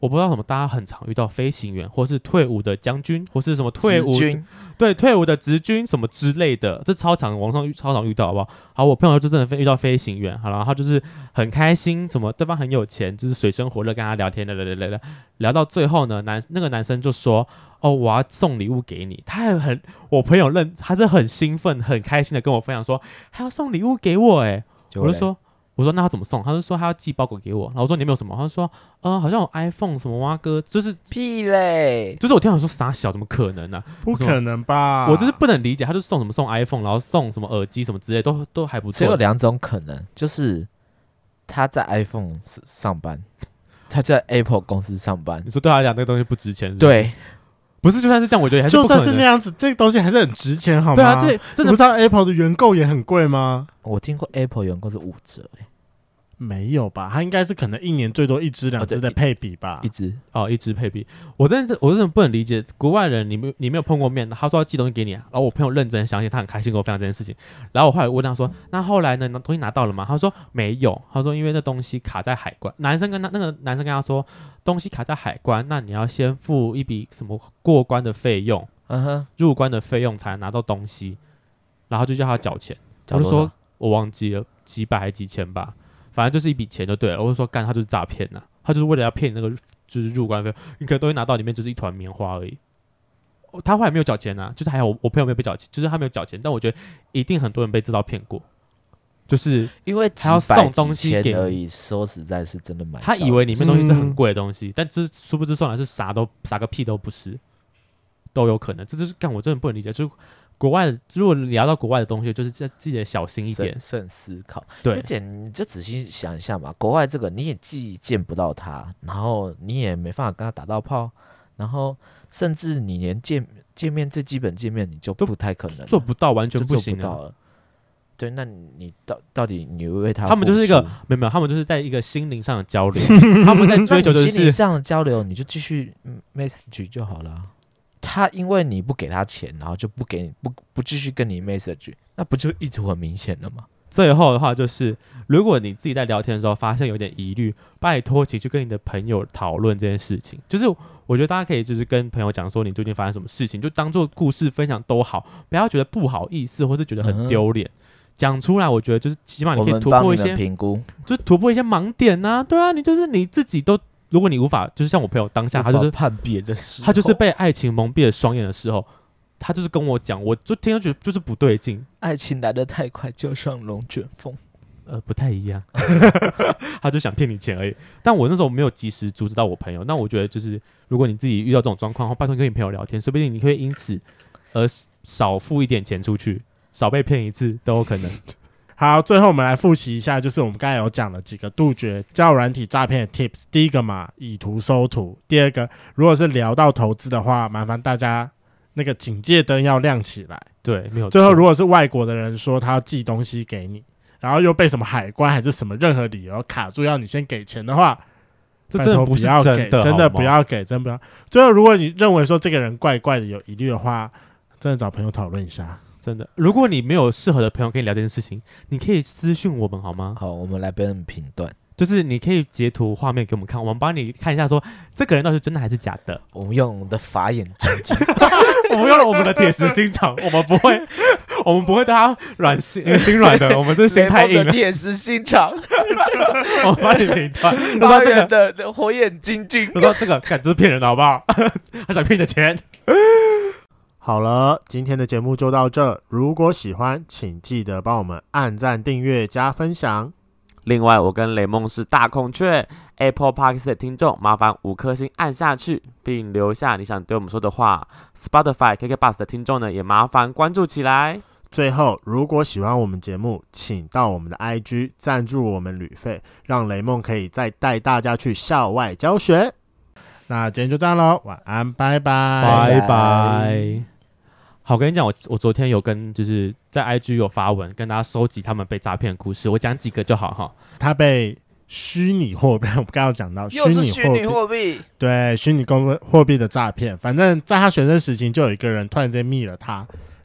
我不知道什么大家很常遇到飞行员，或是退伍的将军，或是什么退伍军， 对，退伍的职军什么之类的，这超常网上超常遇到，好不好？好，我朋友就真的遇到飞行员，好了，然后他就是很开心，什么对方很有钱，就是水深火热跟他聊天，聊到最后呢，那个男生就说。哦，我要送礼物给你。他还我朋友他是很兴奋、很开心的跟我分享说，还要送礼物给我哎。我说那他怎么送？他就说他要寄包裹给我。然后我说你有没有什么？他就说好像有 iPhone 什么哇哥，就是屁嘞， 就是我听到说傻小，怎么可能呢？ 不可能吧？ 我就是不能理解，他就送什么送 iPhone， 然后送什么耳机什么之类，都还不错。 只有2种可能，就是他在 iPhone 上班，他在 Apple 公司上班。 你说对他来讲那个东西不值钱是不是？ 对。 不是，就算是这样，我觉得还是不可能。 就算是那样子，这个东西还是很值钱，好吗？ 对啊，这真的你不知道 Apple 的原购也很贵吗？ 我听过 Apple 原购是5折， 没有吧？它应该是可能1年最多1支2支的配比吧？ 一支 1支配比。我真的不能理解国外人，你没有碰过面，他说要寄东西给你然后我朋友认真相信，他很开心跟我分享这件事情。然后我后来问他说：“那后来呢？东西拿到了吗？”他说：“没有。”他说：“因为那东西卡在海关。”那个男生跟他说：“东西卡在海关，那你要先付一笔什么过关的费用，入关的费用才拿到东西。”然后就叫他缴钱。我就说我忘记了几百还几千吧。反正就是一笔钱就对了，我就说干他就是诈骗呐，他就是为了要骗你那个就是入关费，你可能东西拿到里面就是一团棉花而已。他后来没有缴钱啊，就是还好我朋友没有被缴钱，就是他没有缴钱，但我觉得一定很多人被这招骗过，就是因为他要送东西给你而已，说实在是真的蛮。 他以为里面东西是很贵的东西，但殊不知送来是啥个屁都不是，都有可能。这就是干我真的不能理解，就是国外如果聊到国外的东西，就是自己得小心一点， 慎思考。 对， 而且你就仔细想一下嘛，国外这个你也既见不到他，然后你也没办法跟他打到炮，然后甚至你连见面最基本见面你就不太可能做不到，完全不行了。对，那你到底你为他们就是一个没有，他们就是在一个心灵上的交流，他们在追求的是心灵上的交流，你就继续 message 就好了。他因为你不给他钱，然后就不继续跟你 message， 那不就意图很明显了吗？ 最后的话就是，如果你自己在聊天的时候发现有点疑虑，拜托请去跟你的朋友讨论这件事情。就是我觉得大家可以就是跟朋友讲说你最近发生什么事情，就当做故事分享都好，不要觉得不好意思或是觉得很丢脸。讲出来，我觉得就是起码你可以突破一些评估， 就是突破一些盲点啊。对啊，你就是你自己都。如果你无法，就是像我朋友当下，他就是判别的时候， 他就是被爱情蒙蔽了双眼的时候，他就是跟我讲，我就听上去就是不对劲。 爱情来得太快，就像龙卷风， 不太一样。他就想骗你钱而已。但我那时候没有及时阻止到我朋友。那我觉得就是，如果你自己遇到这种状况，拜托跟你朋友聊天，说不定你会因此而少付一点钱出去，少被骗一次都有可能。 好，最后我们来复习一下，就是我们刚才有讲了几个杜绝交友软体诈骗的 tips。第一个嘛，以图搜图；第二个，如果是聊到投资的话，麻烦大家那个警戒灯要亮起来。 对，没有错。 最后，如果是外国的人说他要寄东西给你，然后又被什么海关还是什么任何理由卡住要你先给钱的话， 这真的不是真的， 真的不要给，真不要。最后，如果你认为说这个人怪怪的有疑虑的话，真的找朋友讨论一下。 真的，如果你没有适合的朋友跟你聊这件事情，你可以私讯我们好吗？ 好，我们来帮你评断， 就是你可以截图画面给我们看，我们帮你看一下说这个人到底是真的还是假的。 我们用我们的法眼睛睛， 我们用了我们的铁石心肠，我们不会对他心软的，我们这心太硬了。 铁石心肠， 我帮你评断， 法眼的火眼金睛。 说到这个，感觉是骗人的好不好？他想骗你的钱。 好了，今天的节目就到这。如果喜欢，请记得帮我们按赞、订阅、加分享。 另外，我跟雷梦是大孔雀 Apple Podcast 的听众，麻烦5颗星按下去，并留下你想对我们说的话。Spotify KKBOX 的听众呢，也麻烦关注起来。 最后，如果喜欢我们节目，请到我们的 IG 赞助我们旅费，让雷梦可以再带大家去校外教学。那今天就这样咯，晚安，拜拜， 拜拜。好，我跟你讲，我昨天有跟就是在 IG 有发文，跟大家收集他们被诈骗的故事，我讲几个就好哈。 他被虚拟货币，我们刚刚讲到又是虚拟货币，对， 虚拟货币的诈骗。反正在他学生时期，就有一个人突然间密了他，然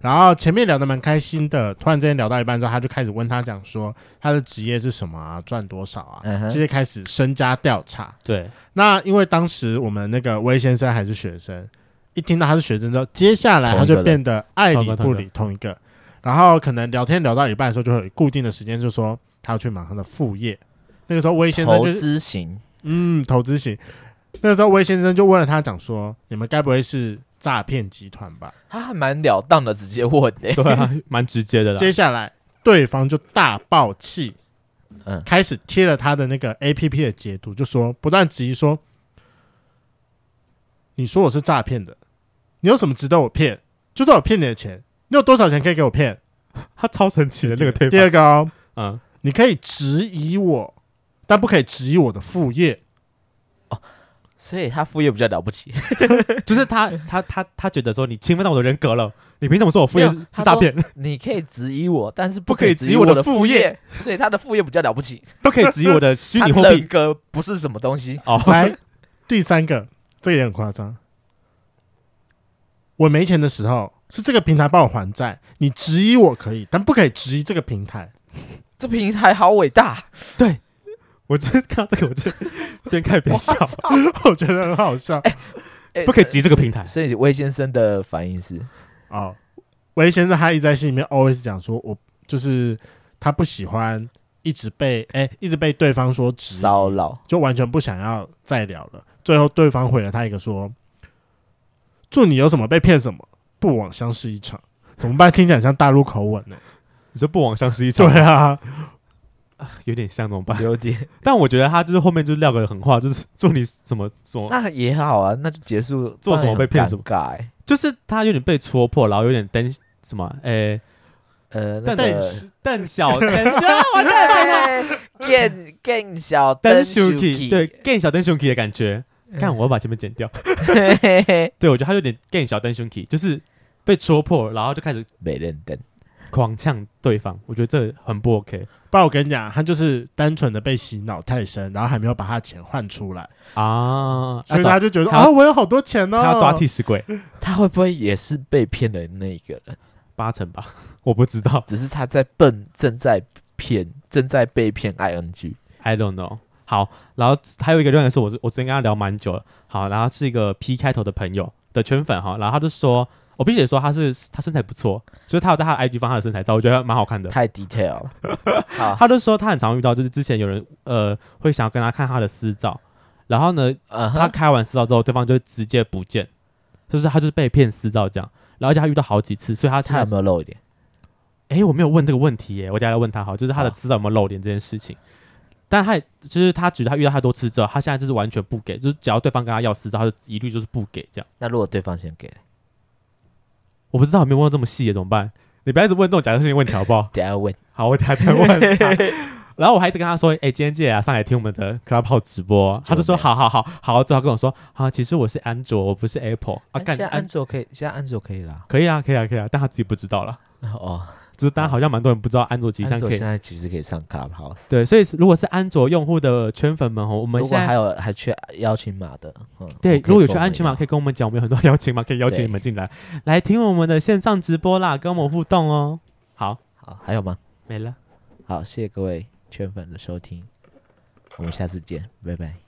然后前面聊得蛮开心的，突然之间聊到一半之后，他就开始问他讲说他的职业是什么啊，赚多少啊，这些开始身家调查。 对， 那因为当时我们那个威先生还是学生，一听到他是学生之后，接下来他就变得爱理不理同一个，然后可能聊天聊到一半的时候，就会有固定的时间，就说他要去忙他的副业。那个时候威先生就是投资型， 投资型。那个时候威先生就问了他讲说，你们该不会是诈骗集团吧？ 他还蛮了当的，直接问的。 对啊，蛮直接的啦。 接下来对方就大爆气，开始贴了他的那个 APP 的截图，就说不断质疑说，你说我是诈骗的，你有什么值得我骗？就算我骗你的钱，你有多少钱可以给我骗？ 他超神奇的那个对方。 第二个你可以质疑我，但不可以质疑我的副业。 所以他副业比较了不起， 就是他觉得说你侵犯到我的人格了，你凭什么说我副业是诈骗？ 你可以质疑我，但是不可以质疑我的副业， 所以他的副业比较了不起， 不可以质疑我的虚拟货币。 人格不是什么东西。 来，第三个，这个也很夸张。我没钱的时候，是这个平台帮我还债，你质疑我可以，但不可以质疑这个平台。 这平台好伟大， 对。我就看到这个，我就边看边笑， 我觉得很好笑。 不可以急这个平台。 所以魏先生的反应是， 魏先生他一直在心里面 always 讲说，我就是他不喜欢一直被对方说质疑骚扰， 就完全不想要再聊了。最后对方回了他一个说：“祝你有什么被骗什么，不枉相识一场。”怎么办？听起来像大陆口吻呢。 你说不枉相识一场？ 对啊。 有点像怎么办？ 有点， 但我觉得他就是后面就撂个狠话，就是祝你什么， 那也好啊，那就结束。 做什么被骗什么，就是他有点被戳破，然后有点灯什么，邓小，完蛋， 更小灯熊 key， 对，更小灯熊 key 的感觉。看，我要把前面剪掉。对，我觉得他有点更小灯熊 key，就是被戳破，然后就开始没认真。 狂呛对方，我觉得这很不 OK。 不然我跟你讲，他就是单纯的被洗脑太深，然后还没有把他钱换出来啊， 所以他就觉得我有好多钱哦， 他要抓替死鬼。 他会不会也是被骗的那一个人 ？8成吧，我不知道， 只是他在正在被骗 I don't know。好，然后还有一个另外是我昨天跟他聊蛮久了。好，然后是一个 P 开头的朋友的圈粉哈，然后他就说。我必须得说他身材不错，就是他有在他的 IG 放他的身材照，我觉得蛮好看的。 太 detail 了。 他就说他很常遇到，就是之前有人会想要跟他看他的私照，然后呢，他开完私照之后，对方就直接不见，就是他就是被骗私照这样，然后而且他遇到好几次，所以他有没有露脸？ 我没有问这个问题耶，我等一下来问他好，就是他的私照有没有露脸这件事情。但他就是他觉得他遇到太多次之后，他现在就是完全不给，就是只要对方跟他要私照，他就一律就是不给这样。 那如果对方先给？ 我不知道有没有问到这么细的怎么办？你不要一直问这种假设性问题好不好？ 等一下问。 好，我等一下再问他。然后我还一直跟他说，今天记得上来听我们的 Clubhouse 直播。他就说好，之后跟我说，其实我是安卓，我不是 Apple。 现在安卓可以，可以啦。 可以啊，但他自己不知道了。只是大家好像蛮多人不知道安卓其实现在其实可以上 Clubhouse。 对，所以如果是安卓用户的圈粉们我们现在如果还缺邀请码的， 对，如果有缺邀请码可以跟我们讲，我们有很多邀请码可以邀请你们进来听我们的线上直播啦，跟我们互动哦。好， 还有吗？ 没了。 好，谢谢各位圈粉的收听，我们下次见，拜拜。